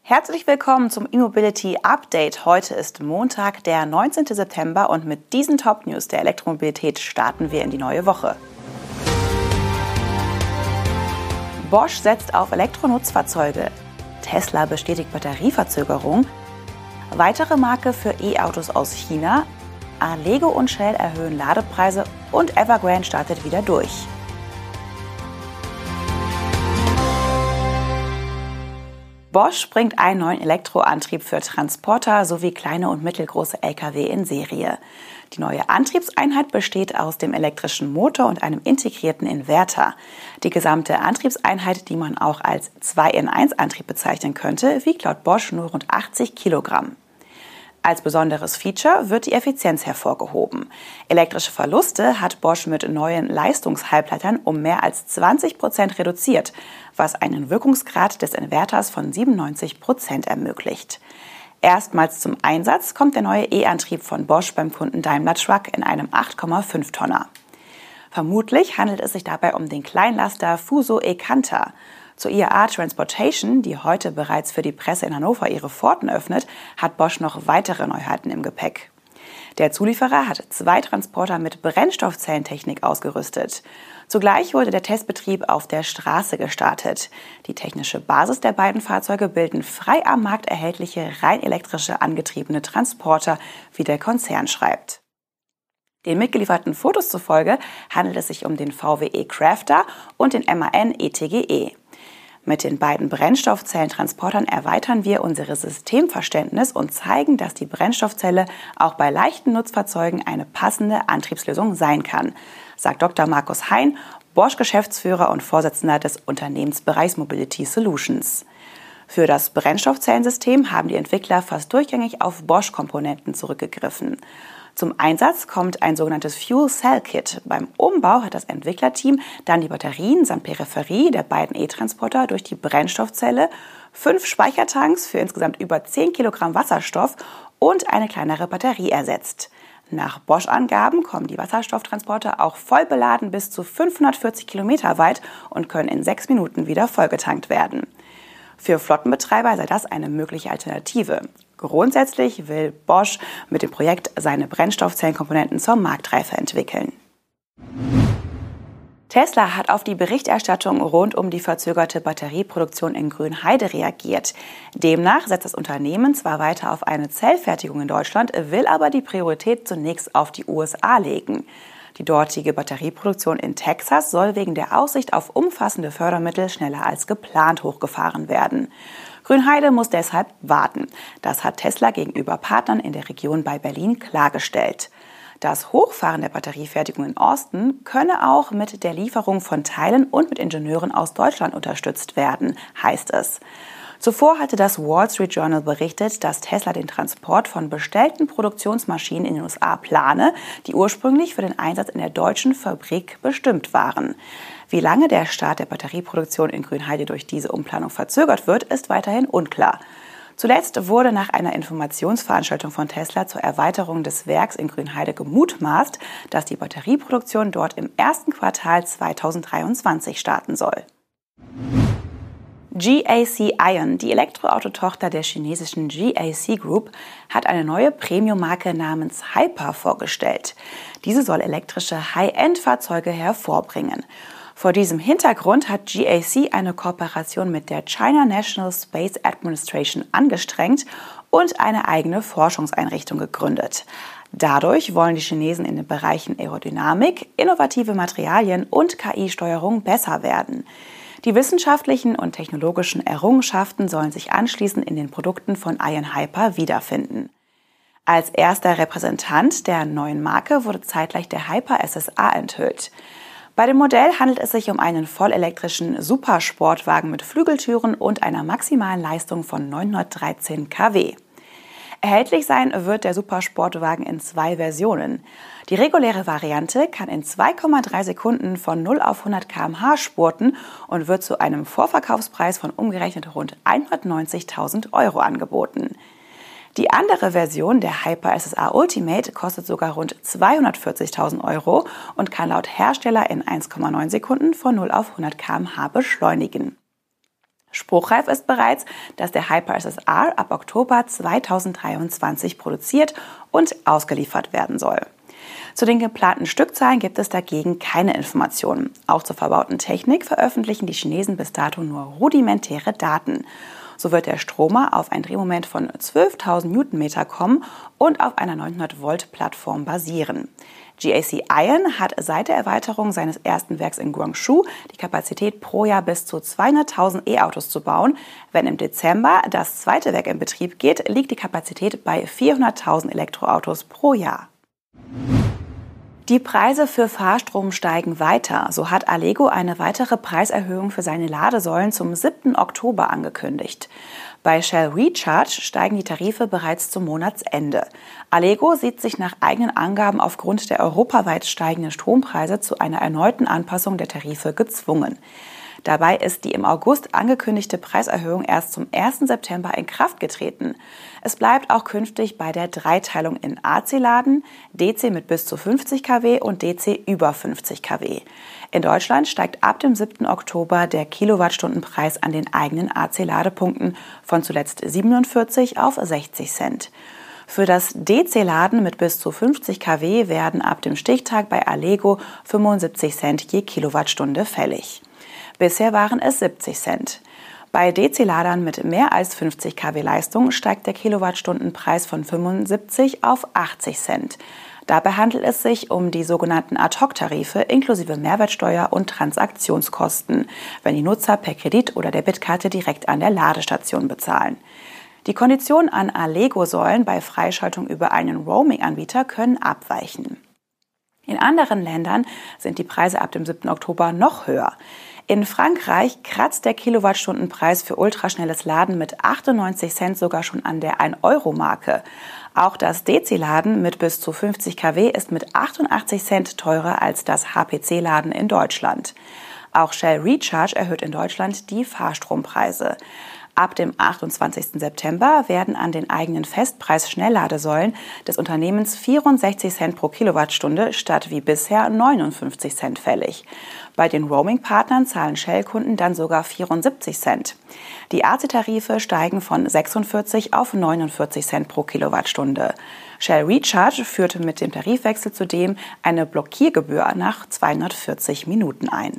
Herzlich willkommen zum E-Mobility Update. Heute ist Montag, der 19. September und mit diesen Top-News der Elektromobilität starten wir in die neue Woche. Bosch setzt auf Elektronutzfahrzeuge. Tesla bestätigt Batterieverzögerung. Weitere Marke für E-Autos aus China. Allego und Shell erhöhen Ladepreise und Evergrande startet wieder durch. Bosch bringt einen neuen Elektroantrieb für Transporter sowie kleine und mittelgroße Lkw in Serie. Die neue Antriebseinheit besteht aus dem elektrischen Motor und einem integrierten Inverter. Die gesamte Antriebseinheit, die man auch als 2-in-1-Antrieb bezeichnen könnte, wiegt laut Bosch nur rund 80 Kilogramm. Als besonderes Feature wird die Effizienz hervorgehoben. Elektrische Verluste hat Bosch mit neuen Leistungshalbleitern um mehr als 20% reduziert, was einen Wirkungsgrad des Inverters von 97% ermöglicht. Erstmals zum Einsatz kommt der neue E-Antrieb von Bosch beim Kunden Daimler Truck in einem 8,5 Tonner. Vermutlich handelt es sich dabei um den Kleinlaster Fuso e-Canter. Zur IAA Transportation, die heute bereits für die Presse in Hannover ihre Pforten öffnet, hat Bosch noch weitere Neuheiten im Gepäck. Der Zulieferer hat 2 Transporter mit Brennstoffzellentechnik ausgerüstet. Zugleich wurde der Testbetrieb auf der Straße gestartet. Die technische Basis der beiden Fahrzeuge bilden frei am Markt erhältliche rein elektrische angetriebene Transporter, wie der Konzern schreibt. Den mitgelieferten Fotos zufolge handelt es sich um den VW e-Crafter und den MAN e-TGE. Mit den beiden Brennstoffzellentransportern erweitern wir unser Systemverständnis und zeigen, dass die Brennstoffzelle auch bei leichten Nutzfahrzeugen eine passende Antriebslösung sein kann, sagt Dr. Markus Hein, Bosch-Geschäftsführer und Vorsitzender des Unternehmensbereichs Mobility Solutions. Für das Brennstoffzellensystem haben die Entwickler fast durchgängig auf Bosch-Komponenten zurückgegriffen. Zum Einsatz kommt ein sogenanntes Fuel Cell Kit. Beim Umbau hat das Entwicklerteam dann die Batterien samt Peripherie der beiden E-Transporter durch die Brennstoffzelle, 5 Speichertanks für insgesamt über 10 Kilogramm Wasserstoff und eine kleinere Batterie ersetzt. Nach Bosch-Angaben kommen die Wasserstofftransporter auch voll beladen bis zu 540 Kilometer weit und können in 6 Minuten wieder vollgetankt werden. Für Flottenbetreiber sei das eine mögliche Alternative. Grundsätzlich will Bosch mit dem Projekt seine Brennstoffzellenkomponenten zur Marktreife entwickeln. Tesla hat auf die Berichterstattung rund um die verzögerte Batterieproduktion in Grünheide reagiert. Demnach setzt das Unternehmen zwar weiter auf eine Zellfertigung in Deutschland, will aber die Priorität zunächst auf die USA legen. Die dortige Batterieproduktion in Texas soll wegen der Aussicht auf umfassende Fördermittel schneller als geplant hochgefahren werden. Grünheide muss deshalb warten. Das hat Tesla gegenüber Partnern in der Region bei Berlin klargestellt. Das Hochfahren der Batteriefertigung in Austin könne auch mit der Lieferung von Teilen und mit Ingenieuren aus Deutschland unterstützt werden, heißt es. Zuvor hatte das Wall Street Journal berichtet, dass Tesla den Transport von bestellten Produktionsmaschinen in den USA plane, die ursprünglich für den Einsatz in der deutschen Fabrik bestimmt waren. Wie lange der Start der Batterieproduktion in Grünheide durch diese Umplanung verzögert wird, ist weiterhin unklar. Zuletzt wurde nach einer Informationsveranstaltung von Tesla zur Erweiterung des Werks in Grünheide gemutmaßt, dass die Batterieproduktion dort im ersten Quartal 2023 starten soll. GAC Aion, die Elektroautotochter der chinesischen GAC Group, hat eine neue Premium-Marke namens Hyper vorgestellt. Diese soll elektrische High-End-Fahrzeuge hervorbringen. Vor diesem Hintergrund hat GAC eine Kooperation mit der China National Space Administration angestrengt und eine eigene Forschungseinrichtung gegründet. Dadurch wollen die Chinesen in den Bereichen Aerodynamik, innovative Materialien und KI-Steuerung besser werden. Die wissenschaftlichen und technologischen Errungenschaften sollen sich anschließend in den Produkten von Aion Hyper wiederfinden. Als erster Repräsentant der neuen Marke wurde zeitgleich der Hyper SSA enthüllt. Bei dem Modell handelt es sich um einen vollelektrischen Supersportwagen mit Flügeltüren und einer maximalen Leistung von 913 kW. Erhältlich sein wird der Supersportwagen in 2 Versionen. Die reguläre Variante kann in 2,3 Sekunden von 0 auf 100 km/h spurten und wird zu einem Vorverkaufspreis von umgerechnet rund 190.000 € angeboten. Die andere Version, der Hyper SSA Ultimate, kostet sogar rund 240.000 € und kann laut Hersteller in 1,9 Sekunden von 0 auf 100 km/h beschleunigen. Spruchreif ist bereits, dass der Hyper-SR ab Oktober 2023 produziert und ausgeliefert werden soll. Zu den geplanten Stückzahlen gibt es dagegen keine Informationen. Auch zur verbauten Technik veröffentlichen die Chinesen bis dato nur rudimentäre Daten. So wird der Stromer auf ein Drehmoment von 12.000 Newtonmeter kommen und auf einer 900-Volt-Plattform basieren. GAC Iron hat seit der Erweiterung seines ersten Werks in Guangzhou die Kapazität pro Jahr bis zu 200.000 E-Autos zu bauen. Wenn im Dezember das zweite Werk in Betrieb geht, liegt die Kapazität bei 400.000 Elektroautos pro Jahr. Die Preise für Fahrstrom steigen weiter. So hat Allego eine weitere Preiserhöhung für seine Ladesäulen zum 7. Oktober angekündigt. Bei Shell Recharge steigen die Tarife bereits zum Monatsende. Allego sieht sich nach eigenen Angaben aufgrund der europaweit steigenden Strompreise zu einer erneuten Anpassung der Tarife gezwungen. Dabei ist die im August angekündigte Preiserhöhung erst zum 1. September in Kraft getreten. Es bleibt auch künftig bei der Dreiteilung in AC-Laden, DC mit bis zu 50 kW und DC über 50 kW. In Deutschland steigt ab dem 7. Oktober der Kilowattstundenpreis an den eigenen AC-Ladepunkten von zuletzt 47 auf 60 Cent. Für das DC-Laden mit bis zu 50 kW werden ab dem Stichtag bei Allego 75 Cent je Kilowattstunde fällig. Bisher waren es 70 Cent. Bei DC-Ladern mit mehr als 50 kW Leistung steigt der Kilowattstundenpreis von 75 auf 80 Cent. Dabei handelt es sich um die sogenannten Ad-Hoc-Tarife inklusive Mehrwertsteuer und Transaktionskosten, wenn die Nutzer per Kredit oder Debitkarte direkt an der Ladestation bezahlen. Die Konditionen an Allego-Säulen bei Freischaltung über einen Roaming-Anbieter können abweichen. In anderen Ländern sind die Preise ab dem 7. Oktober noch höher. In Frankreich kratzt der Kilowattstundenpreis für ultraschnelles Laden mit 98 Cent sogar schon an der 1-Euro-Marke. Auch das DC-Laden mit bis zu 50 kW ist mit 88 Cent teurer als das HPC-Laden in Deutschland. Auch Shell Recharge erhöht in Deutschland die Fahrstrompreise. Ab dem 28. September werden an den eigenen Festpreis-Schnellladesäulen des Unternehmens 64 Cent pro Kilowattstunde statt wie bisher 59 Cent fällig. Bei den Roaming-Partnern zahlen Shell-Kunden dann sogar 74 Cent. Die AC-Tarife steigen von 46 auf 49 Cent pro Kilowattstunde. Shell Recharge führte mit dem Tarifwechsel zudem eine Blockiergebühr nach 240 Minuten ein.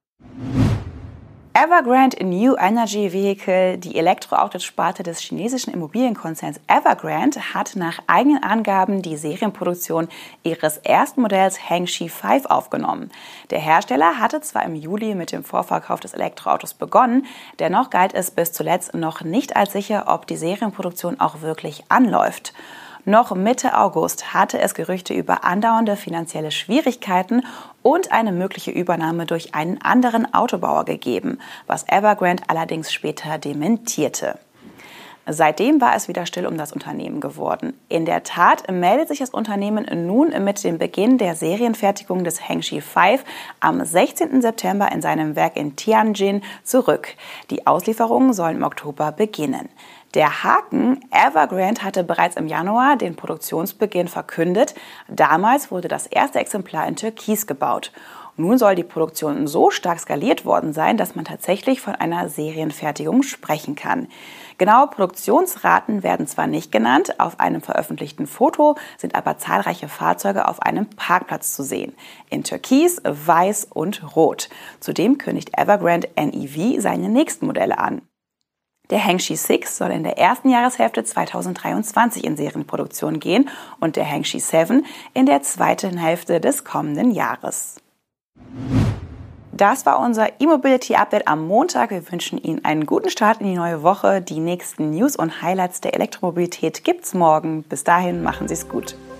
Evergrande New Energy Vehicle, die Elektroauto-Sparte des chinesischen Immobilienkonzerns Evergrande, hat nach eigenen Angaben die Serienproduktion ihres ersten Modells Hengqi 5 aufgenommen. Der Hersteller hatte zwar im Juli mit dem Vorverkauf des Elektroautos begonnen, dennoch galt es bis zuletzt noch nicht als sicher, ob die Serienproduktion auch wirklich anläuft. Noch Mitte August hatte es Gerüchte über andauernde finanzielle Schwierigkeiten und eine mögliche Übernahme durch einen anderen Autobauer gegeben, was Evergrande allerdings später dementierte. Seitdem war es wieder still um das Unternehmen geworden. In der Tat meldet sich das Unternehmen nun mit dem Beginn der Serienfertigung des Hengqi 5 am 16. September in seinem Werk in Tianjin zurück. Die Auslieferungen sollen im Oktober beginnen. Der Haken: Evergrande hatte bereits im Januar den Produktionsbeginn verkündet. Damals wurde das erste Exemplar in Türkis gebaut. Nun soll die Produktion so stark skaliert worden sein, dass man tatsächlich von einer Serienfertigung sprechen kann. Genaue Produktionsraten werden zwar nicht genannt, auf einem veröffentlichten Foto sind aber zahlreiche Fahrzeuge auf einem Parkplatz zu sehen. In Türkis, Weiß und Rot. Zudem kündigt Evergrande NEV seine nächsten Modelle an. Der Hengqi 6 soll in der ersten Jahreshälfte 2023 in Serienproduktion gehen und der Hengqi 7 in der zweiten Hälfte des kommenden Jahres. Das war unser E-Mobility-Update am Montag. Wir wünschen Ihnen einen guten Start in die neue Woche. Die nächsten News und Highlights der Elektromobilität gibt's morgen. Bis dahin, machen Sie es gut.